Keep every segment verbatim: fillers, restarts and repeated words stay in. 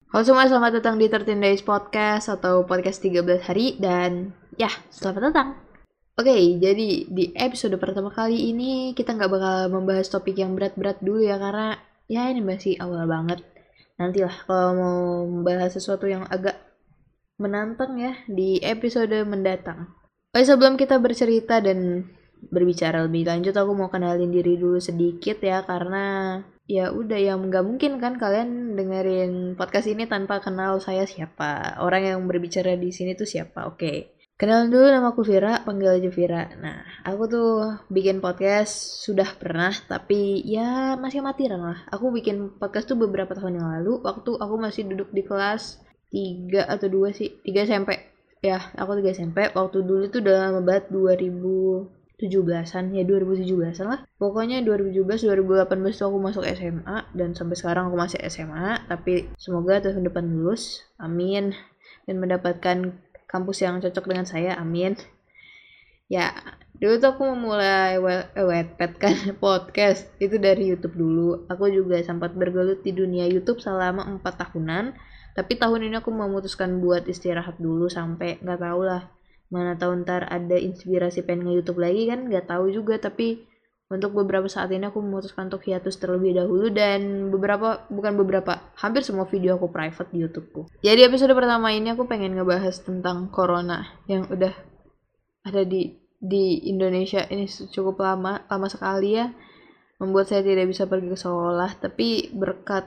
Halo semua, selamat datang di thirteen Days Podcast atau podcast tiga belas hari. Dan ya, selamat datang. Oke, jadi di episode pertama kali ini kita nggak bakal membahas topik yang berat-berat dulu ya, karena ya ini masih awal banget. Nantilah kalau mau membahas sesuatu yang agak menantang ya di episode mendatang. Oke, sebelum kita bercerita dan berbicara lebih lanjut, aku mau kenalin diri dulu sedikit ya, karena ya udah, ya nggak mungkin kan kalian dengerin podcast ini tanpa kenal saya siapa, orang yang berbicara di sini tuh siapa. Oke, kenalan dulu, nama aku Vira, panggil aja Vira. Nah, aku tuh bikin podcast sudah pernah, tapi ya masih amatiran lah. Aku bikin podcast tuh beberapa tahun yang lalu, waktu aku masih duduk di kelas tiga atau dua sih, tiga S M P. Ya, aku tiga S M P, waktu dulu tuh udah lama banget, dua ribu tujuh belasan ya, dua ribu tujuh belasan lah pokoknya. Dua ribu tujuh belas dua ribu delapan belas tuh aku masuk S M A, dan sampai sekarang aku masih S M A, tapi semoga tahun depan lulus, amin, dan mendapatkan kampus yang cocok dengan saya, amin. Ya, dulu tuh aku memulai Wattpad kan, podcast itu dari YouTube dulu. Aku juga sempat bergelut di dunia YouTube selama empat tahunan, tapi tahun ini aku memutuskan buat istirahat dulu sampai nggak tahu lah, mana tahu ntar ada inspirasi pengen nge-YouTube lagi kan, nggak tahu juga. Tapi untuk beberapa saat ini aku memutuskan untuk hiatus terlebih dahulu, dan beberapa, bukan beberapa, hampir semua video aku private di YouTubeku. Jadi episode pertama ini aku pengen ngebahas tentang corona yang udah ada di di Indonesia ini cukup lama, lama sekali ya, membuat saya tidak bisa pergi ke sekolah. Tapi berkat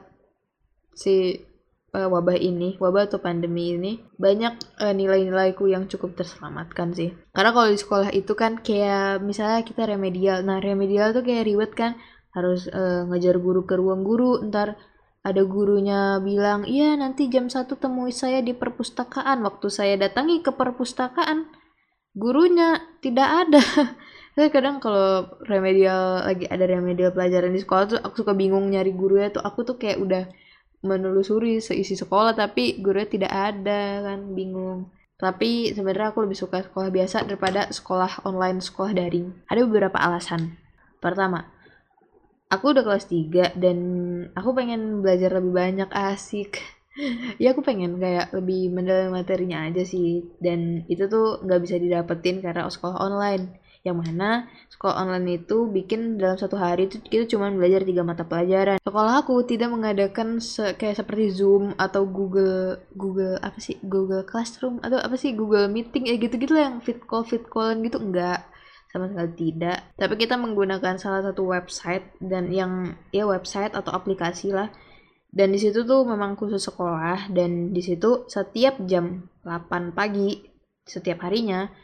si uh, wabah ini, wabah atau pandemi ini, banyak uh, nilai-nilaiku yang cukup terselamatkan sih. Karena kalau di sekolah itu kan kayak misalnya kita remedial, nah remedial tuh kayak ribet kan, harus uh, ngejar guru ke ruang guru, ntar ada gurunya bilang, iya nanti jam satu temui saya di perpustakaan. Waktu saya datangi ke perpustakaan, gurunya tidak ada. Saya kadang kalau remedial, lagi ada remedial pelajaran di sekolah tuh aku suka bingung nyari gurunya tuh. Aku tuh kayak udah menelusuri seisi sekolah tapi gurunya tidak ada, kan bingung. Tapi sebenarnya aku lebih suka sekolah biasa daripada sekolah online, sekolah daring. Ada beberapa alasan. Pertama, aku udah kelas tiga dan aku pengen belajar lebih banyak, asik. Ya aku pengen kayak lebih mendalami materinya aja sih, dan itu tuh nggak bisa didapetin karena sekolah online, yang mana sekolah online itu bikin dalam satu hari itu kita cuma belajar tiga mata pelajaran. Sekolah aku tidak mengadakan se kayak seperti Zoom atau Google Google apa sih, Google Classroom atau apa sih, Google Meeting ya gitu-gitu lah, yang fit call fit callan gitu, enggak, sama sekali tidak. Tapi kita menggunakan salah satu website, dan yang ya website atau aplikasi lah, dan di situ tuh memang khusus sekolah, dan di situ setiap jam delapan pagi setiap harinya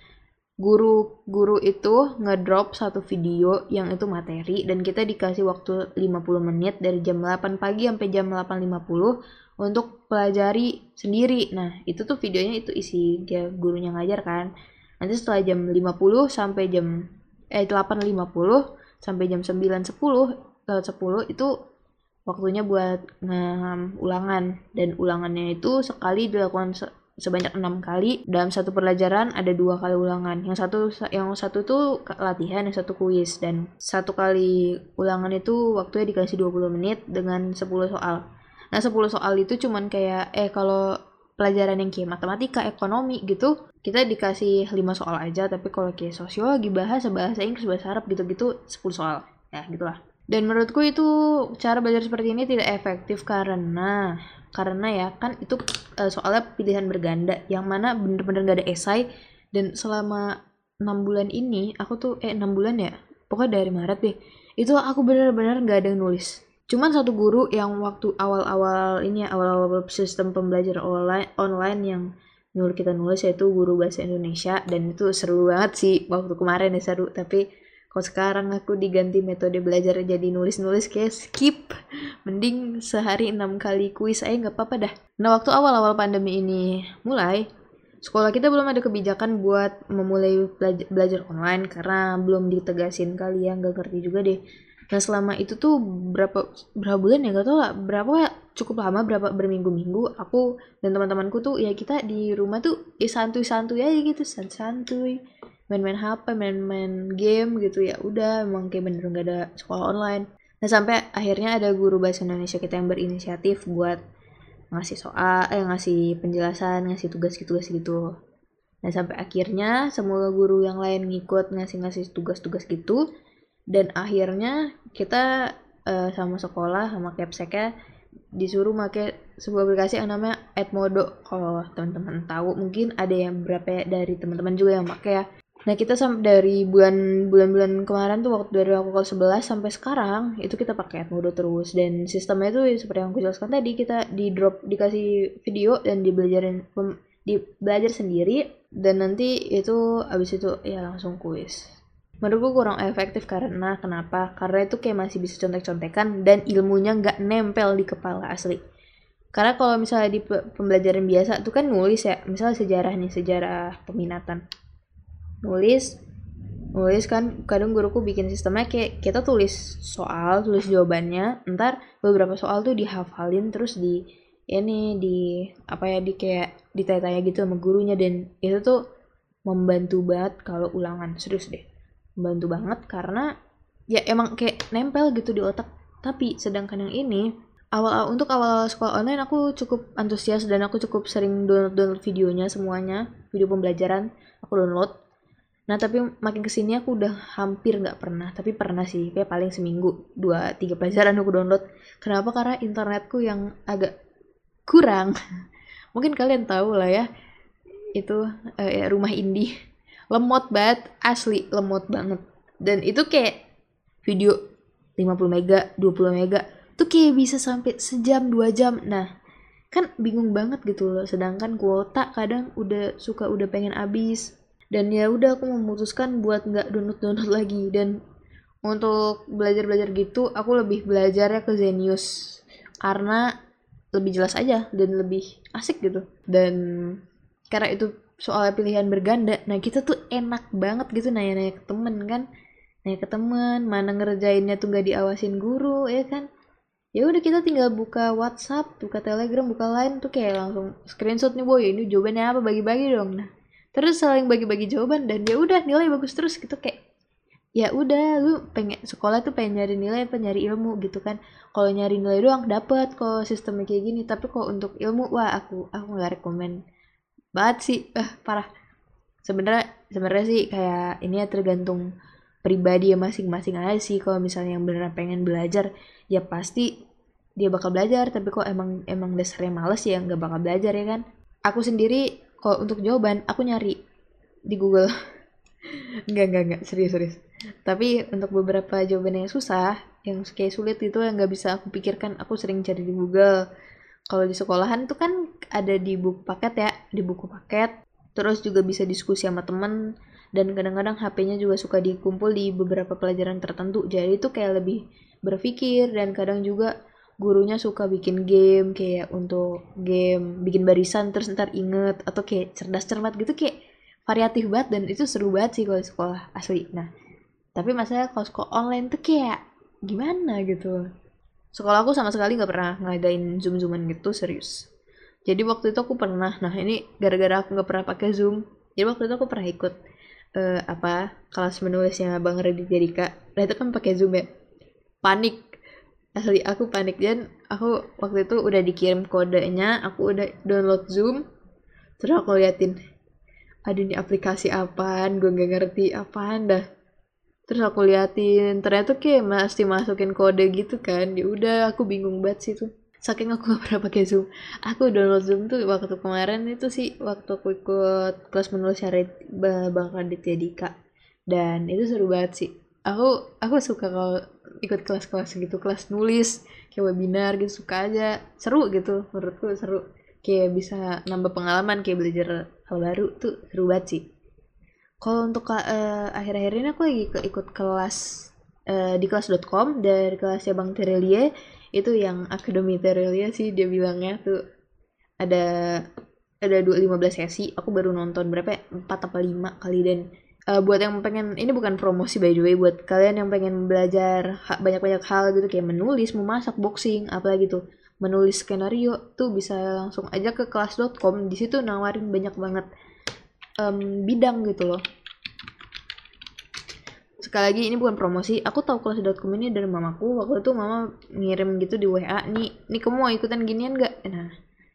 guru-guru itu ngedrop satu video yang itu materi, dan kita dikasih waktu lima puluh menit dari jam delapan pagi sampai jam delapan lima puluh untuk pelajari sendiri. Nah, itu tuh videonya itu isi dia gurunya ngajar kan. Nanti setelah jam lima puluh sampai jam eh delapan lima puluh sampai jam sembilan sepuluh sepuluh itu waktunya buat ulangan, dan ulangannya itu sekali dilakukan se sebanyak enam kali. Dalam satu pelajaran ada dua kali ulangan, yang satu yang satu tuh latihan, yang satu kuis. Dan satu kali ulangan itu waktunya dikasih dua puluh menit dengan sepuluh soal. Nah, sepuluh soal itu cuman kayak eh kalau pelajaran yang kayak matematika, ekonomi gitu, kita dikasih lima soal aja. Tapi kalau kayak sosiologi, bahasa bahasa Inggris, bahasa Arab gitu-gitu, sepuluh soal ya gitulah. Dan menurutku itu cara belajar seperti ini tidak efektif, karena karena ya kan itu uh, soalnya pilihan berganda, yang mana bener-bener gak ada esai. Dan selama enam bulan ini aku tuh eh enam bulan ya, pokoknya dari Maret deh, itu aku bener-bener gak ada yang nulis. Cuman satu guru yang waktu awal-awal ini ya, awal-awal sistem pembelajaran online online yang nyuruh kita nulis, yaitu guru bahasa Indonesia. Dan itu seru banget sih waktu kemarin ya, seru. Tapi kalau sekarang aku diganti metode belajar jadi nulis-nulis, kayak skip. Mending sehari enam kali kuis aja nggak apa-apa dah. Nah, waktu awal-awal pandemi ini mulai, sekolah kita belum ada kebijakan buat memulai belajar, belajar online, karena belum ditegasin kali ya, nggak ngerti juga deh. Nah, selama itu tuh berapa berapa bulan ya, nggak tau lah berapa, cukup lama, berapa berminggu-minggu aku dan teman-temanku tuh ya kita di rumah tuh ya santuy-santuy aja gitu, santuy main-main H P, main-main game gitu. Ya udah, emang kayak bener nggak ada sekolah online. Nah, sampai akhirnya ada guru bahasa Indonesia kita yang berinisiatif buat ngasih soal, eh ngasih penjelasan, ngasih tugas-tugas gitu. Nah sampai akhirnya semua guru yang lain ngikut ngasih-ngasih tugas-tugas gitu, dan akhirnya kita uh, sama sekolah sama Capseknya disuruh pakai sebuah aplikasi yang namanya Edmodo. Kalau teman-teman tahu, mungkin ada yang berapa dari teman-teman juga yang pakai ya. Nah kita sampai dari bulan bulan-bulan kemarin tuh, waktu dari aku kelas sebelas sampai sekarang itu kita pakai Edmodo terus, dan sistemnya itu seperti yang aku jelaskan tadi, kita di drop dikasih video dan dibelajarin di belajar sendiri, dan nanti itu abis itu ya langsung kuis. Menurutku kurang efektif karena kenapa? Karena itu kayak masih bisa contek-contekan dan ilmunya nggak nempel di kepala asli. Karena kalau misalnya di pembelajaran biasa tuh kan nulis ya, misalnya sejarah nih, sejarah peminatan. Nulis, nulis kan kadang guruku bikin sistemnya kayak kita tulis soal, tulis jawabannya, ntar beberapa soal tuh dihafalin terus di ini di apa ya di kayak ditanya-tanya gitu sama gurunya, dan itu tuh membantu banget kalau ulangan, serius deh. Membantu banget karena ya emang kayak nempel gitu di otak. Tapi sedangkan yang ini awal untuk awal sekolah online aku cukup antusias dan aku cukup sering download download videonya semuanya, video pembelajaran aku download. Nah tapi makin kesini aku udah hampir nggak pernah, tapi pernah sih kayak paling seminggu dua tiga pelajaran aku download. Kenapa? Karena internetku yang agak kurang. Mungkin kalian tahu lah ya, itu eh, rumah indie lemot banget, asli lemot banget. Dan itu kayak video lima puluh mega, dua puluh mega tuh kayak bisa sampai sejam dua jam. Nah kan bingung banget gitu loh, sedangkan kuota kadang udah suka udah pengen habis, dan ya udah aku memutuskan buat nggak download download lagi. Dan untuk belajar belajar gitu aku lebih belajarnya ke Zenius karena lebih jelas aja dan lebih asik gitu. Dan karena itu soalnya pilihan berganda, nah kita tuh enak banget gitu nanya-nanya ke temen kan, nanya ke temen, mana ngerjainnya tuh nggak diawasin guru ya kan. Ya udah kita tinggal buka WhatsApp, buka Telegram, buka Line tuh kayak langsung screenshot nih, boy ini jawabannya apa, bagi-bagi dong. Nah terus saling bagi-bagi jawaban, dan ya udah nilai bagus terus gitu. Kayak ya udah, lu pengen sekolah tuh pengen nyari nilai apa nyari ilmu gitu kan. Kalau nyari nilai doang dapet kalau sistemnya kayak gini, tapi kalau untuk ilmu wah aku aku nggak rekomen banget sih. eh parah. Sebenarnya sebenarnya sih kayak ini ya tergantung pribadi ya masing-masing aja sih. Kalau misalnya yang beneran pengen belajar ya pasti dia bakal belajar, tapi kok emang emang dasarnya males ya nggak bakal belajar ya kan. Aku sendiri kalau untuk jawaban aku nyari di Google. Enggak, enggak, enggak, serius, serius. Tapi untuk beberapa jawaban yang susah, yang kayak sulit itu yang nggak bisa aku pikirkan, aku sering cari di Google. Kalau di sekolahan tuh kan ada di buku paket ya, di buku paket. Terus juga bisa diskusi sama temen, dan kadang-kadang H P-nya juga suka dikumpul di beberapa pelajaran tertentu. Jadi itu kayak lebih berpikir, dan kadang juga gurunya suka bikin game, kayak untuk game bikin barisan terus ntar inget, atau kayak cerdas cermat gitu, kayak variatif banget, dan itu seru banget sih kalau sekolah asli. Nah tapi masalah kalau sekolah online tuh kayak gimana gitu. Sekolah aku sama sekali nggak pernah ngadain zoom-zooman gitu, serius. Jadi waktu itu aku pernah, nah ini gara-gara aku nggak pernah pakai Zoom, jadi waktu itu aku pernah ikut uh, apa kelas menulisnya Bang Raditya Dika. Nah itu kan pakai Zoom ya, panik, asli aku panik. Dan aku waktu itu udah dikirim kodenya, aku udah download Zoom, terus aku liatin, ada nih aplikasi apaan, gue nggak ngerti apaan dah. Terus aku liatin, ternyata kayak mesti masukin kode gitu kan. Ya udah, aku bingung banget sih tuh. Saking aku gak pernah pakai Zoom. Aku download Zoom tuh waktu kemarin itu sih, waktu aku ikut kelas menulis syariat Bang Raditya Dika. Dan itu seru banget sih. Aku aku suka kalau ikut kelas-kelas gitu, kelas nulis, kayak webinar gitu, suka aja. Seru gitu, menurutku seru. Kayak bisa nambah pengalaman, kayak belajar hal baru tuh seru banget sih. Kalau untuk uh, akhir-akhir ini aku lagi ke, ikut kelas uh, di kelas dot com dari kelasnya Bang Terelie, itu yang Akademi Terelie sih dia bilangnya tuh ada ada lima belas sesi. Aku baru nonton berapa ya? empat apa lima kali. Dan uh, buat yang pengen, ini bukan promosi by the way, buat kalian yang pengen belajar ha, banyak-banyak hal gitu kayak menulis, memasak, boxing, apalagi tuh menulis skenario tuh bisa langsung aja ke kelas dot com. Di situ nawarin banyak banget Um, bidang gitu loh. Sekali lagi ini bukan promosi, aku tahu kelas dot com ini dari mamaku. Waktu itu mama ngirim gitu di W A, nih nih kamu mau ikutan ginian gak? Nah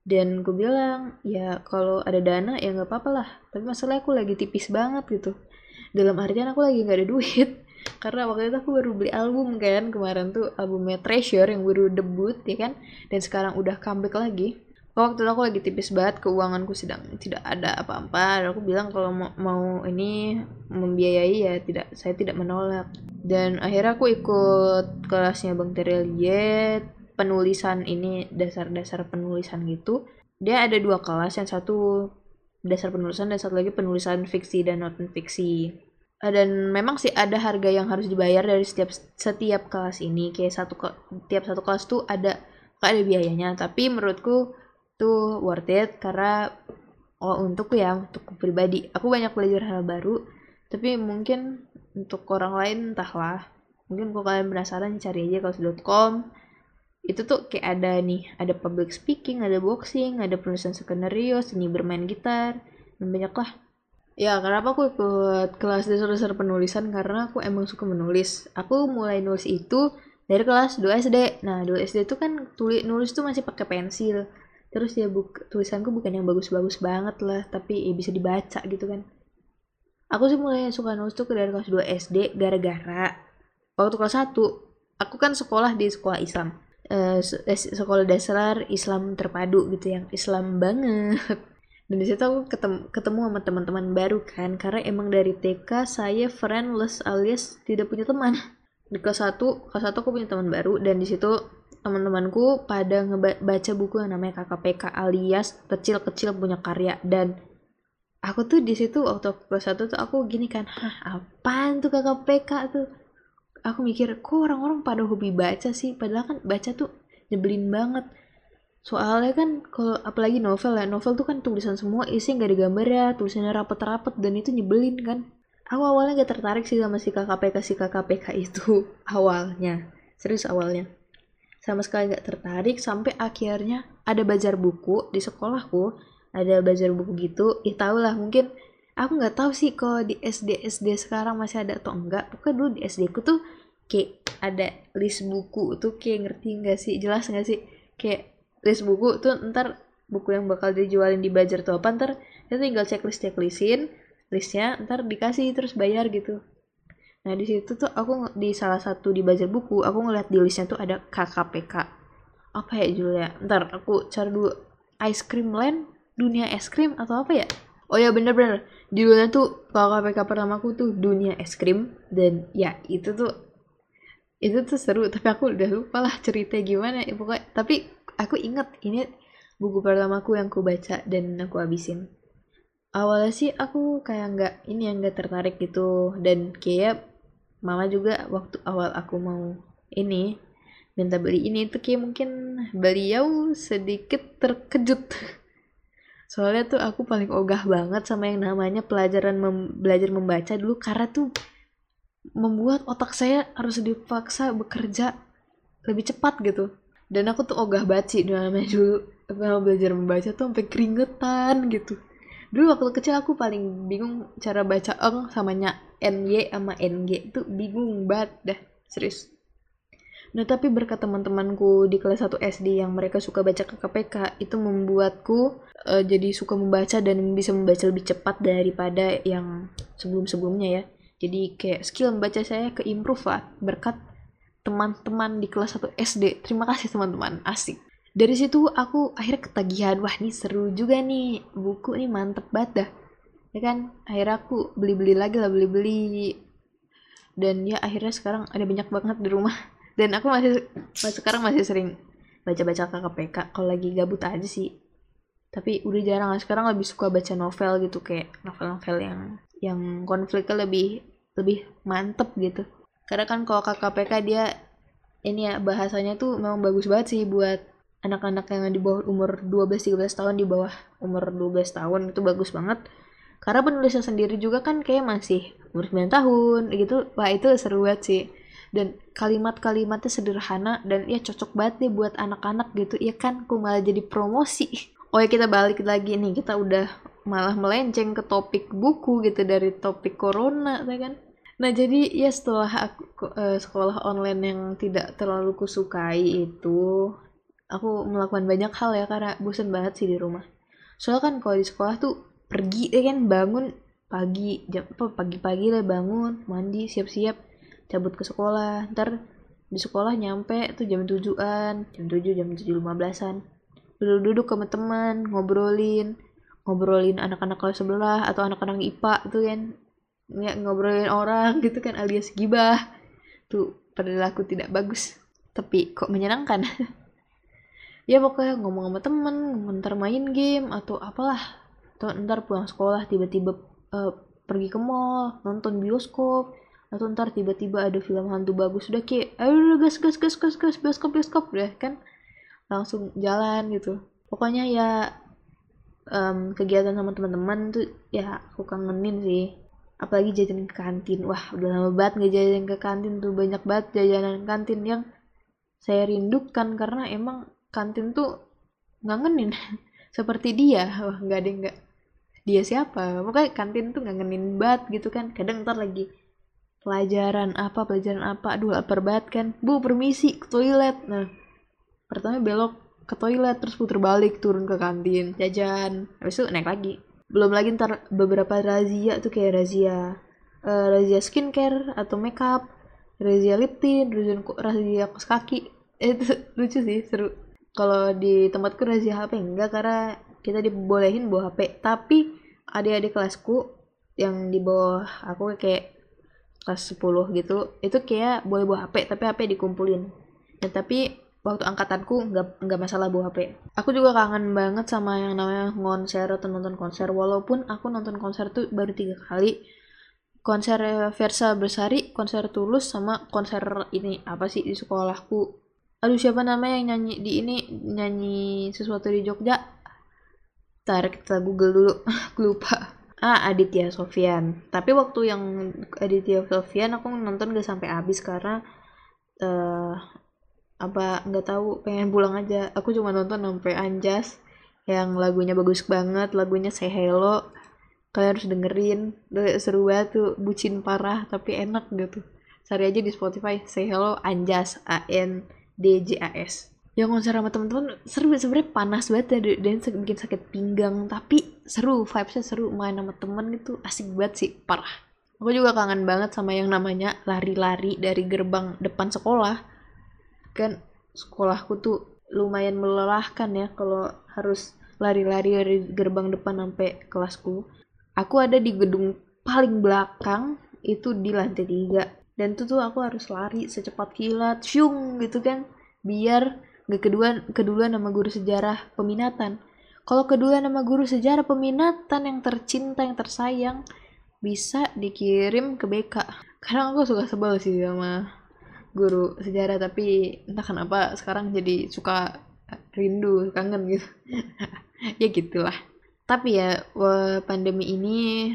Dan gue bilang, ya kalau ada dana ya nggak apa-apa lah. Tapi masalahnya aku lagi tipis banget gitu. Dalam artian aku lagi nggak ada duit. Karena waktu itu aku baru beli album kan. Kemarin tuh albumnya Treasure yang baru debut ya kan. Dan sekarang udah comeback lagi. Waktu itu aku lagi tipis banget, keuanganku sedang tidak ada apa-apa. Dan aku bilang kalau mau, mau ini membiayai ya tidak, saya tidak menolak. Dan akhirnya aku ikut kelasnya Bang Tereliet, penulisan ini, dasar-dasar penulisan gitu. Dia ada dua kelas, yang satu dasar penulisan dan satu lagi penulisan fiksi dan non fiksi. Dan memang sih ada harga yang harus dibayar dari setiap setiap kelas ini. Kayak satu tiap satu kelas tuh ada ada biayanya. Tapi menurutku tuh worth it karena oh untuk ya untuk pribadi aku banyak belajar hal baru, tapi mungkin untuk orang lain entahlah. Mungkin kalau kalian penasaran cari aja kaos dot com. Itu tuh kayak ada nih, ada public speaking, ada boxing, ada penulisan skenario, seni bermain gitar, dan banyak lah. Ya, kenapa aku ikut kelas dasar-dasar penulisan? Karena aku emang suka menulis. Aku mulai nulis itu dari kelas dua S D. Nah, dua S D itu kan tulis nulis tuh masih pakai pensil. Terus ya buk, tulisanku bukan yang bagus-bagus banget lah, tapi ya bisa dibaca gitu kan. Aku sih mulai suka nulis tuh dari kelas dua S D gara-gara waktu kelas satu aku kan sekolah di sekolah Islam. Uh, sekolah dasar Islam terpadu gitu, yang Islam banget. Dan di situ aku ketemu, ketemu sama teman-teman baru kan, karena emang dari T K saya friendless alias tidak punya teman. Di kelas satu, kelas satu aku punya teman baru, dan di situ teman-temanku pada ngebaca buku yang namanya K K P K alias kecil-kecil punya karya. Dan aku tuh di situ waktu kelas satu tuh aku gini kan, hah apaan tuh K K P K tuh? Aku mikir kok orang-orang pada hobi baca sih, padahal kan baca tuh nyebelin banget. Soalnya kan kalau apalagi novel ya, novel tuh kan tulisan semua isinya gak ada gambar ya, tulisannya rapet-rapet dan itu nyebelin kan. Aku awalnya gak tertarik sih sama si K K P K si K K P K itu awalnya, serius awalnya. Sama sekali gak tertarik sampai akhirnya ada bazar buku di sekolahku, ada bazar buku gitu. Ih tau lah, mungkin aku nggak tahu sih kalau di S D S D sekarang masih ada atau enggak. Pokoknya dulu di S D ku tuh kayak ada list buku tuh, kayak ngerti nggak sih, jelas nggak sih, kayak list buku tuh ntar buku yang bakal dijualin di bazar tuh apa, ntar kita tinggal checklist checklistin listnya, ntar dikasih terus bayar gitu. Nah di situ tuh aku di salah satu di bazar buku aku ngeliat di listnya tuh ada K K P K. Apa ya judulnya? Ntar aku cari dulu. Ice Cream Land, dunia es krim atau apa ya? Oh ya bener-bener judulnya tuh K K P K pertamaku tuh dunia es krim. Dan ya itu tuh itu tuh seru, tapi aku udah lupa lah cerita gimana ya, pokoknya. Tapi aku inget ini buku pertamaku yang aku baca dan aku habisin. Awalnya sih aku kayak nggak ini yang nggak tertarik gitu, dan kayak mama juga waktu awal aku mau ini minta beli ini tuh kayak mungkin beliau sedikit terkejut. Soalnya tuh aku paling ogah banget sama yang namanya pelajaran mem- belajar membaca dulu, karena tuh membuat otak saya harus dipaksa bekerja lebih cepat gitu. Dan aku tuh ogah banget sih namanya dulu kalau belajar membaca tuh sampai keringetan gitu. Dulu waktu kecil aku paling bingung cara baca eng sama nya, ny sama ng tuh bingung banget dah, serius. Nah tapi berkat teman-temanku di kelas satu S D yang mereka suka baca K K P K, itu membuatku uh, jadi suka membaca dan bisa membaca lebih cepat daripada yang sebelum-sebelumnya ya. Jadi kayak skill membaca saya ke-improve lah berkat teman-teman di kelas satu S D. Terima kasih teman-teman, asik. Dari situ aku akhirnya ketagihan, wah ini seru juga nih, buku nih mantep banget dah. Ya kan, akhirnya aku beli-beli lagi lah, beli-beli. Dan ya akhirnya sekarang ada banyak banget di rumah. Dan aku masih, masih sekarang masih sering baca-baca K K P K kalau lagi gabut aja sih. Tapi udah jarang lah, sekarang lebih suka baca novel gitu, kayak novel-novel yang yang konfliknya lebih lebih mantep gitu. Karena kan kalau K K P K dia ini ya bahasanya tuh memang bagus banget sih buat anak-anak yang di bawah umur dua belas tiga belas tahun, di bawah umur dua belas tahun itu bagus banget. Karena penulisnya sendiri juga kan kayak masih umur sembilan tahun gitu. Wah itu seru banget sih. Dan kalimat-kalimatnya sederhana dan ya cocok banget deh buat anak-anak gitu. Ya kan, aku malah jadi promosi. Oh ya kita balik lagi nih, kita udah malah melenceng ke topik buku gitu dari topik corona ya kan. Nah jadi ya setelah aku uh, sekolah online yang tidak terlalu kusukai itu, Aku melakukan banyak hal ya karena bosan banget sih di rumah. Soalnya kan kalau di sekolah tuh pergi deh kan, bangun pagi jam apa pagi-pagi lah, bangun mandi siap-siap cabut ke sekolah. Ntar di sekolah nyampe tuh jam tujuan, jam tujuh jam tujuh lima belasan. Duduk-duduk sama teman, ngobrolin, ngobrolin anak-anak kelas sebelah atau anak-anak I P A tuh kan. Ya, ngobrolin orang gitu kan alias gibah. Tuh perilaku tidak bagus, tapi kok menyenangkan. Ya pokoknya ngomong sama temen, ntar main game atau apalah, atau ntar pulang sekolah tiba-tiba uh, pergi ke mall, nonton bioskop, atau ntar tiba-tiba ada film hantu bagus, udah kayak ayo gas gas gas gas gas bioskop bioskop udah kan langsung jalan gitu. Pokoknya ya um, kegiatan sama teman-teman tuh ya aku kangenin sih. Apalagi jajan ke kantin, wah udah lama banget nggak jajan ke kantin tuh, banyak banget jajanan kantin yang saya rindukan karena emang kantin tuh ngangenin. Seperti dia, wah nggak ada, nggak dia siapa, pokoknya kantin tuh ngangenin banget gitu kan. Kadang ntar lagi pelajaran apa pelajaran apa aduh lapar banget kan, bu permisi ke toilet, nah pertama belok ke toilet terus puter balik turun ke kantin jajan, habis itu naik lagi. Belum lagi ntar beberapa razia tuh kayak razia uh, razia skincare atau makeup, razia lip tint, razia, razia kaos kaki. Itu lucu sih, seru. Kalau di tempatku razia H P enggak karena kita dibolehin bawa H P, tapi adik-adik kelasku yang di bawah aku kayak kelas sepuluh gitu, itu kayak boleh bawa H P tapi H P dikumpulin. Dan tapi waktu angkatanku nggak nggak masalah bawa H P. Aku juga kangen banget sama yang namanya konser atau nonton konser, walaupun aku nonton konser tuh baru tiga kali. Konser Versa Bersari, konser Tulus, sama konser ini apa sih di sekolahku, aduh siapa namanya yang nyanyi di ini, nyanyi sesuatu di Jogja, ntar kita google dulu. Aku lupa. Ah, Aditya Sofyan. Tapi waktu yang Aditya Sofyan aku nonton gak sampai habis karena uh, apa nggak tahu, pengen pulang aja. Aku cuma nonton sampai Anjas yang lagunya bagus banget, lagunya Say Hello, kalian harus dengerin, udah seru banget tuh, bucin parah tapi enak gitu. Cari aja di Spotify Say Hello Anjas, A N D J A S. Yang konser sama teman-teman seru, sebenarnya panas banget ya dan bikin sakit pinggang, tapi seru, vibesnya seru, main sama temen gitu asik banget sih, parah. Aku juga kangen banget sama yang namanya lari-lari dari gerbang depan sekolah. Kan sekolahku tuh lumayan melelahkan ya kalau harus lari-lari dari gerbang depan sampai kelasku. Aku ada di gedung paling belakang itu di lantai tiga, dan tuh tuh aku harus lari secepat kilat, syung gitu kan, biar gak keduluan keduluan nama guru sejarah peminatan. Kalau keduluan nama guru sejarah peminatan yang tercinta, yang tersayang, bisa dikirim ke B K. Karena aku suka sebel sih sama guru sejarah, tapi entah kenapa sekarang jadi suka rindu, kangen gitu. Ya gitulah. Tapi ya pandemi ini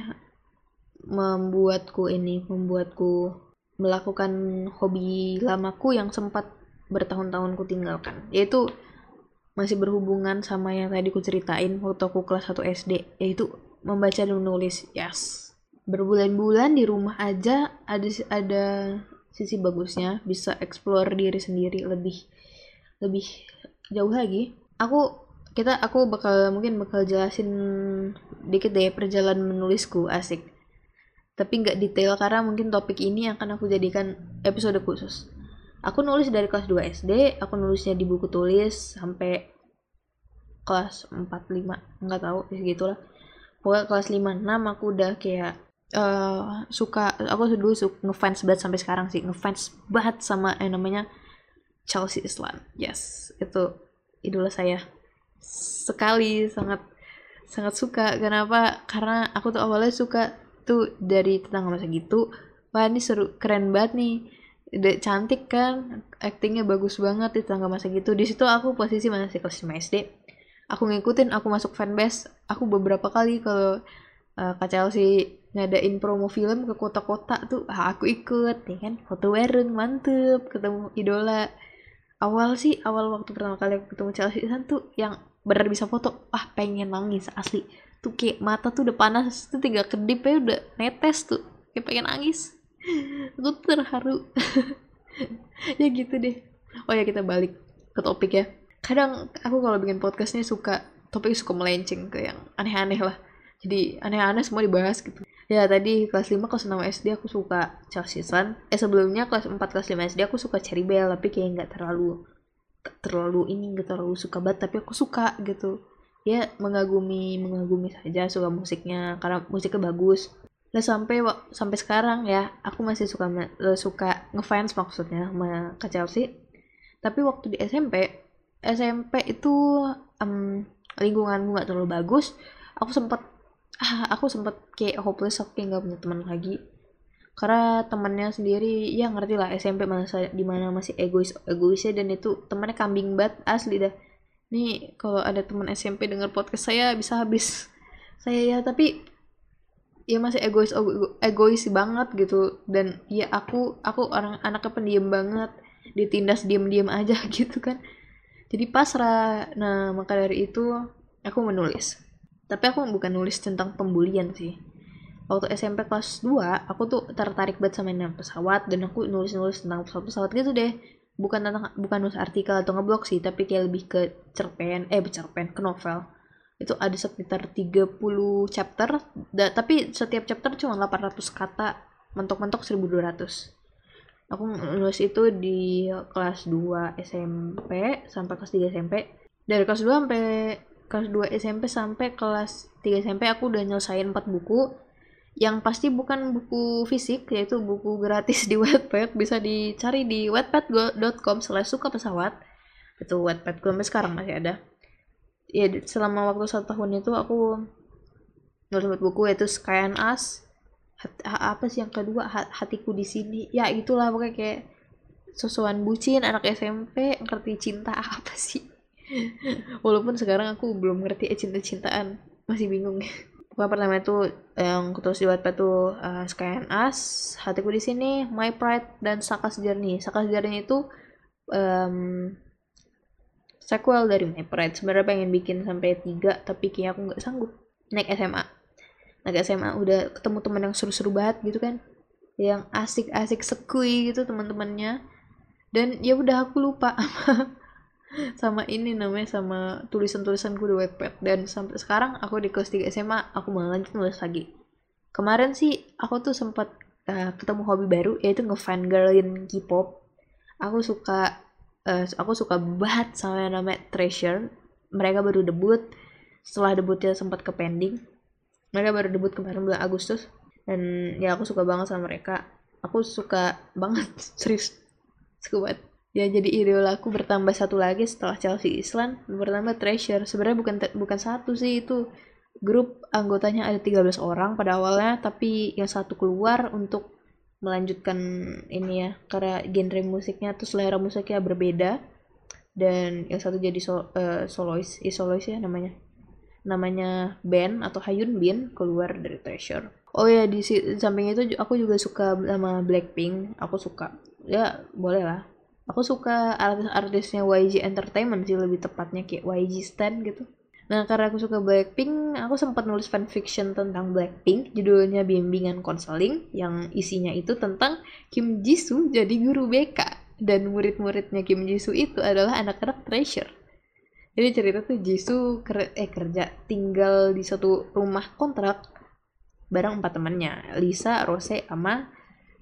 membuatku ini membuatku melakukan hobi lamaku yang sempat bertahun-tahun ku tinggalkan, yaitu masih berhubungan sama yang tadi ku ceritain waktu aku kelas satu S D, yaitu membaca dan menulis. Yes, berbulan-bulan di rumah aja ada ada sisi bagusnya, bisa explore diri sendiri lebih lebih jauh lagi. Aku kita aku bakal mungkin bakal jelasin dikit deh perjalanan menulisku, asik. Tapi nggak detail karena mungkin topik ini akan aku jadikan episode khusus. Aku nulis dari kelas dua S D, aku nulisnya di buku tulis sampai kelas empat lima, nggak tahu, ya segitulah. Pokoknya kelas lima enam aku udah kayak uh, suka, aku dulu suka ngefans banget sampai sekarang sih, ngefans banget sama yang namanya Chelsea Islan. Yes, itu idola saya sekali, sangat sangat suka. Kenapa? Karena aku tuh awalnya suka tuh dari tetangga masa gitu, wah ini seru, keren banget nih, udah cantik kan, aktingnya bagus banget di tetangga masa gitu. Di situ aku posisi masih kelas lima S D, aku ngikutin, aku masuk fanbase, aku beberapa kali kalau uh, Kak Chelsea ngadain promo film ke kota-kota tuh, ah, aku ikut, ya kan, foto bareng, mantep, ketemu idola. Awal sih, awal waktu pertama kali aku ketemu Chelsea kan tuh yang bener bisa foto, ah pengen nangis asli. Tuh kayak mata tuh udah panas, tuh tinggal kedip aja udah netes tuh, kayak pengen nangis. Aku terharu. Ya gitu deh. Oh ya, kita balik ke topik ya. kadang aku kalau bikin podcast nih suka topik suka melenceng ke yang aneh-aneh lah. Jadi aneh-aneh semua dibahas gitu. Ya tadi kelas lima kelas enam S D aku suka Chelsea Sun. Eh sebelumnya kelas empat kelas lima S D aku suka Cherry Bell, tapi kayak nggak terlalu terlalu ini nggak terlalu suka banget, tapi aku suka gitu. Ya mengagumi mengagumi saja, suka musiknya karena musiknya bagus. Nah sampai sampai sekarang ya aku masih suka suka ngefans maksudnya sama Kak Chelsea. Tapi waktu di S M P S M P itu um, lingkunganku nggak terlalu bagus. Aku sempat ah, aku sempat kayak hopeless, aku kayak nggak punya teman lagi karena temannya sendiri ya ngerti lah S M P masa dimana masih egois egoisnya, dan itu temannya kambing banget asli dah. Nih kalau ada teman S M P denger podcast saya bisa habis saya ya, tapi ya masih egois egois banget gitu. Dan ya aku aku orang anaknya pendiam banget, ditindas diam-diam aja gitu kan, jadi pasrah. Nah maka dari itu aku menulis, tapi aku bukan nulis tentang pembulian sih. Waktu S M P kelas dua aku tuh tertarik banget sama naik pesawat, dan aku nulis-nulis tentang pesawat-pesawat gitu deh. Bukan tentang bukan nulis artikel atau ngeblog sih, tapi kayak lebih ke cerpen, eh cerpen, ke novel. Itu ada sekitar tiga puluh chapter, da, tapi setiap chapter cuma delapan ratus kata, mentok-mentok seribu dua ratus. Aku nulis itu di kelas dua S M P sampai kelas tiga S M P. Dari kelas dua sampai kelas dua S M P sampai kelas tiga S M P aku udah nyelesain empat buku. Yang pasti bukan buku fisik, yaitu buku gratis di Wattpad. Bisa dicari di wattpad dot com slash suka pesawat. Itu Wattpad sampai sekarang masih ada. Ya selama waktu satu tahun itu aku nulis buku, yaitu Sky and Us. Hat, apa sih yang kedua, Hatiku di Sini. Ya itulah pokoknya kayak sosokan bucin anak S M P ngerti cinta apa sih. Walaupun sekarang aku belum ngerti cinta-cintaan, masih bingung. Pokoknya pertama itu yang kutulis di Wattpad tuh uh, Sky and Us, Hatiku di Sini, My Pride, dan Sakas Journey. Sakas Journey itu um, sequel dari My Pride. Sebenarnya pengen bikin sampai tiga, tapi kayak aku nggak sanggup. Naik S M A, naik S M A udah ketemu teman yang seru-seru banget gitu kan, yang asik-asik sekui gitu teman-temannya. Dan ya udah aku lupa sama ini namanya sama tulisan-tulisanku di Wattpad. Dan sampai sekarang aku di kelas tiga S M A aku malah lanjut nulis lagi. Kemarin sih aku tuh sempat uh, ketemu hobi baru, yaitu ngefangirlin K-pop. Aku suka uh, aku suka banget sama yang namanya Treasure. Mereka baru debut, setelah debutnya sempat ke pending. Mereka baru debut kemarin bulan Agustus, dan ya aku suka banget sama mereka. Aku suka banget serius, suka banget. Ya jadi idola aku bertambah satu lagi setelah Chelsea Islan, bertambah Treasure. Sebenarnya bukan bukan satu sih, itu grup anggotanya ada tiga belas orang pada awalnya, tapi yang satu keluar untuk melanjutkan ini ya, karena genre musiknya atau selera musiknya berbeda. Dan yang satu jadi so, uh, solois, ya solois ya namanya. Namanya Ben atau Hayun Bin keluar dari Treasure. Oh ya di, di samping itu aku juga suka sama Blackpink. Aku suka. Ya boleh lah. Aku suka artis-artisnya Y G Entertainment sih, lebih tepatnya kayak Y G Stan gitu. Nah karena aku suka Blackpink, aku sempat nulis fanfiction tentang Blackpink, judulnya Bimbingan Konseling, yang isinya itu tentang Kim Jisoo jadi guru B K, dan murid-muridnya Kim Jisoo itu adalah anak-anak Treasure. Jadi cerita tuh Jisoo ker eh kerja tinggal di suatu rumah kontrak bareng empat temannya, Lisa, Rose, sama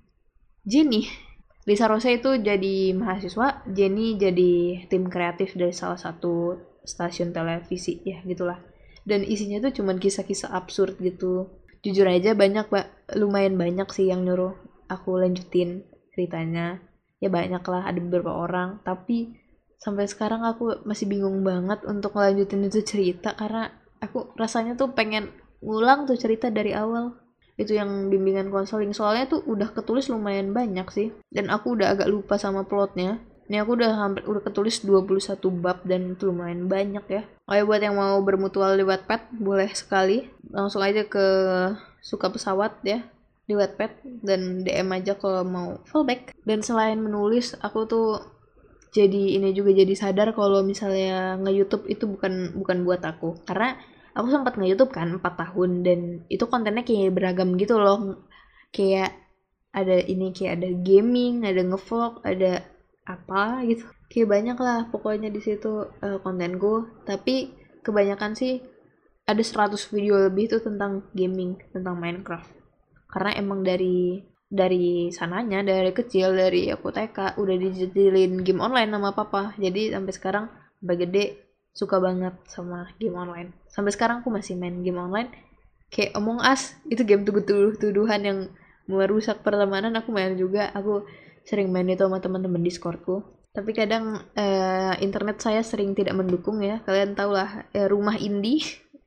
Jennie. Lisa Rose itu jadi mahasiswa, Jennie jadi tim kreatif dari salah satu stasiun televisi ya gitulah. Dan isinya tuh cuman kisah-kisah absurd gitu. Jujur aja banyak, Pak, lumayan banyak sih yang nyuruh aku lanjutin ceritanya. Ya banyak lah, ada beberapa orang, tapi sampai sekarang aku masih bingung banget untuk ngelanjutin itu cerita, karena aku rasanya tuh pengen ngulang tuh cerita dari awal. Itu yang bimbingan konseling, soalnya tuh udah ketulis lumayan banyak sih, dan aku udah agak lupa sama plotnya. Ini aku udah hampir udah ketulis dua puluh satu bab, dan itu lumayan banyak ya. Oh ya, buat yang mau bermutual di Wattpad boleh sekali langsung aja ke Suka Pesawat ya di Wattpad, dan D M aja kalau mau fallback. Dan selain menulis, aku tuh jadi ini juga jadi sadar kalau misalnya nge-YouTube itu bukan bukan buat aku, karena aku sempat nge-YouTube kan empat tahun, dan itu kontennya kayak beragam gitu loh. Kayak ada ini, kayak ada gaming, ada nge-vlog, ada apa gitu. Kayak banyak lah pokoknya di situ uh, kontenku, tapi kebanyakan sih ada seratus video lebih tuh tentang gaming, tentang Minecraft. Karena emang dari dari sananya, dari kecil, dari aku T K udah dijadiin game online sama papa. Jadi sampai sekarang sampai gede suka banget sama game online. Sampai sekarang aku masih main game online. Kayak Among Us, itu game tuduh-tuduhan yang merusak pertemanan, aku main juga. Aku sering main itu sama teman-teman Discordku. Tapi kadang uh, internet saya sering tidak mendukung ya. Kalian tau lah, uh, rumah indie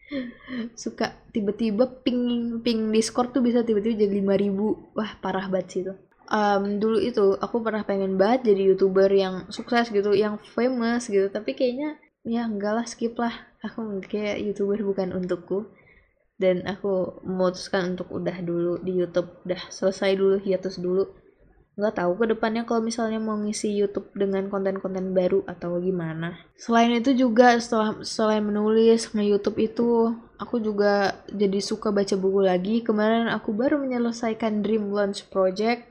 suka tiba-tiba ping ping Discord tuh bisa tiba-tiba jadi lima ribu. Wah, parah banget sih itu. Um, dulu itu aku pernah pengen banget jadi YouTuber yang sukses gitu, yang famous gitu. Tapi kayaknya ya enggak lah, skip lah. Aku kayak YouTuber bukan untukku. Dan aku memutuskan untuk udah dulu di YouTube, udah selesai dulu, hiatus dulu. Nggak tahu ke depannya kalau misalnya mau ngisi YouTube dengan konten-konten baru atau gimana. Selain itu juga setelah selain menulis nge-YouTube itu, aku juga jadi suka baca buku lagi. Kemarin aku baru menyelesaikan Dream Launch Project.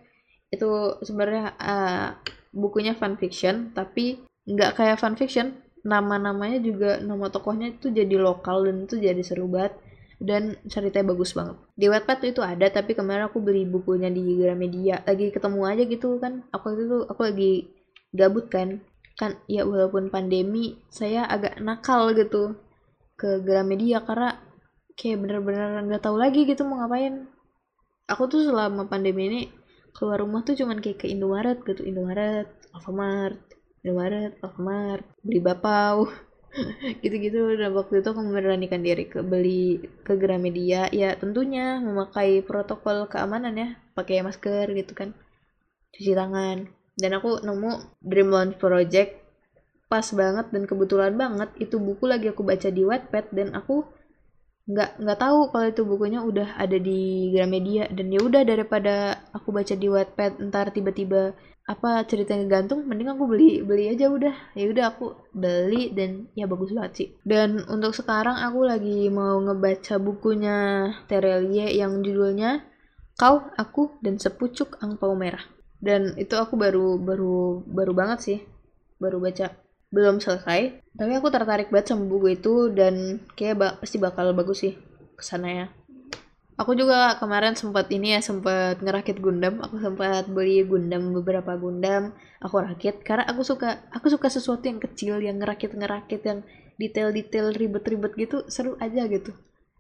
Itu sebenarnya uh, bukunya fanfiction, tapi nggak kayak fanfiction. Nama-namanya juga, nama tokohnya itu jadi lokal dan itu jadi seru banget. Dan ceritanya bagus banget. Di Wattpad itu ada, tapi kemarin aku beli bukunya di Gramedia. Lagi ketemu aja gitu kan. Aku itu aku lagi gabut kan. Kan ya walaupun pandemi, saya agak nakal gitu ke Gramedia karena kayak bener-bener nggak tahu lagi gitu mau ngapain. Aku tuh selama pandemi ini keluar rumah tuh cuman kayak ke Indomaret gitu, Indomaret, Alfamart, Indomaret, Alfamart, beli bapau. Gitu-gitu. Dan waktu itu aku memberanikan diri ke beli ke Gramedia, ya tentunya memakai protokol keamanan ya, pakai masker gitu kan, cuci tangan. Dan aku nemu Dream Launch Project pas banget, dan kebetulan banget itu buku lagi aku baca di Wattpad, dan aku nggak nggak tahu kalau itu bukunya udah ada di Gramedia. Dan ya udah, daripada aku baca di Wattpad ntar tiba-tiba apa ceritanya gantung, mending aku beli beli aja udah. Ya udah aku beli, dan ya bagus banget sih. Dan untuk sekarang aku lagi mau ngebaca bukunya Terelie yang judulnya Kau, Aku, dan Sepucuk Angpau Merah. Dan itu aku baru baru baru banget sih, baru baca, belum selesai. Tapi aku tertarik banget sama buku itu, dan kayak ba- pasti bakal bagus sih kesananya. Aku juga kemarin sempat ini ya, sempat ngerakit Gundam. Aku sempat beli Gundam, beberapa Gundam. Aku rakit karena aku suka aku suka sesuatu yang kecil, yang ngerakit-ngerakit, yang detail-detail ribet-ribet gitu, seru aja gitu.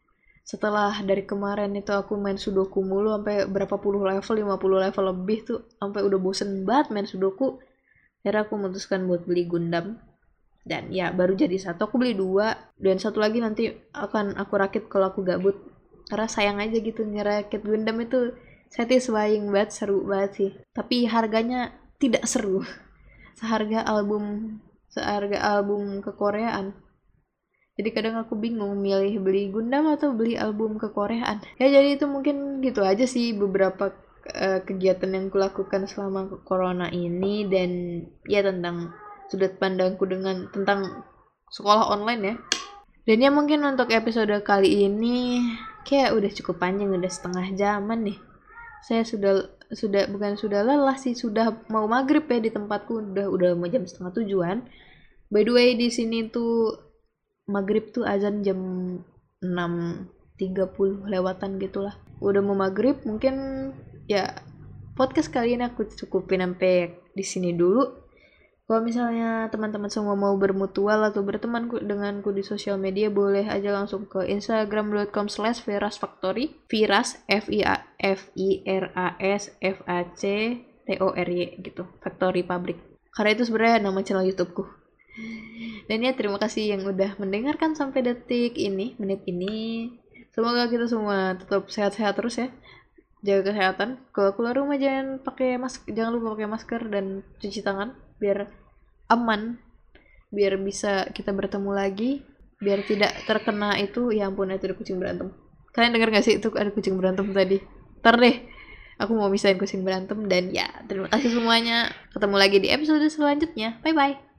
Setelah dari kemarin itu aku main Sudoku mulu sampai berapa puluh level, lima puluh level lebih tuh, sampai udah bosen banget main Sudoku. Akhirnya aku memutuskan buat beli Gundam. Dan ya baru jadi satu, aku beli dua, dan satu lagi nanti akan aku rakit kalau aku gabut. Karena sayang aja gitu ngerakit Gundam itu satisfying banget, seru banget sih. Tapi harganya tidak seru. Seharga album seharga album kekoreaan. Jadi kadang aku bingung milih beli Gundam atau beli album kekoreaan. Ya jadi itu mungkin gitu aja sih beberapa uh, kegiatan yang kulakukan selama corona ini, dan ya tentang sudut pandangku dengan tentang sekolah online ya. Dan ya mungkin untuk episode kali ini kayak udah cukup panjang, udah setengah jaman nih. Saya sudah sudah bukan sudah lelah sih, sudah mau maghrib ya di tempatku, udah udah mau jam setengah tujuan. By the way di sini tuh maghrib tuh azan jam enam tiga puluh lewatan gitulah. Udah mau maghrib, mungkin ya podcast kali ini aku cukupin sampai di sini dulu. Kalau misalnya teman-teman semua mau bermutual atau berteman denganku di sosial media, boleh aja langsung ke instagram dot com slash virasfactory. Viras, F I A F I R A S F A C T O R Y gitu. Factory Pabrik. Karena itu sebenarnya nama channel YouTubeku. Dan ya terima kasih yang udah mendengarkan sampai detik ini, menit ini. Semoga kita semua tetap sehat-sehat terus ya. Jaga kesehatan. Kalau keluar rumah jangan pakai masker, jangan lupa pakai masker dan cuci tangan biar aman, biar bisa kita bertemu lagi, biar tidak terkena itu. Ya ampun, itu ada kucing berantem. Kalian denger gak sih itu ada kucing berantem tadi? Ntar deh, aku mau misahin kucing berantem. Dan ya terima kasih semuanya, ketemu lagi di episode selanjutnya. Bye bye.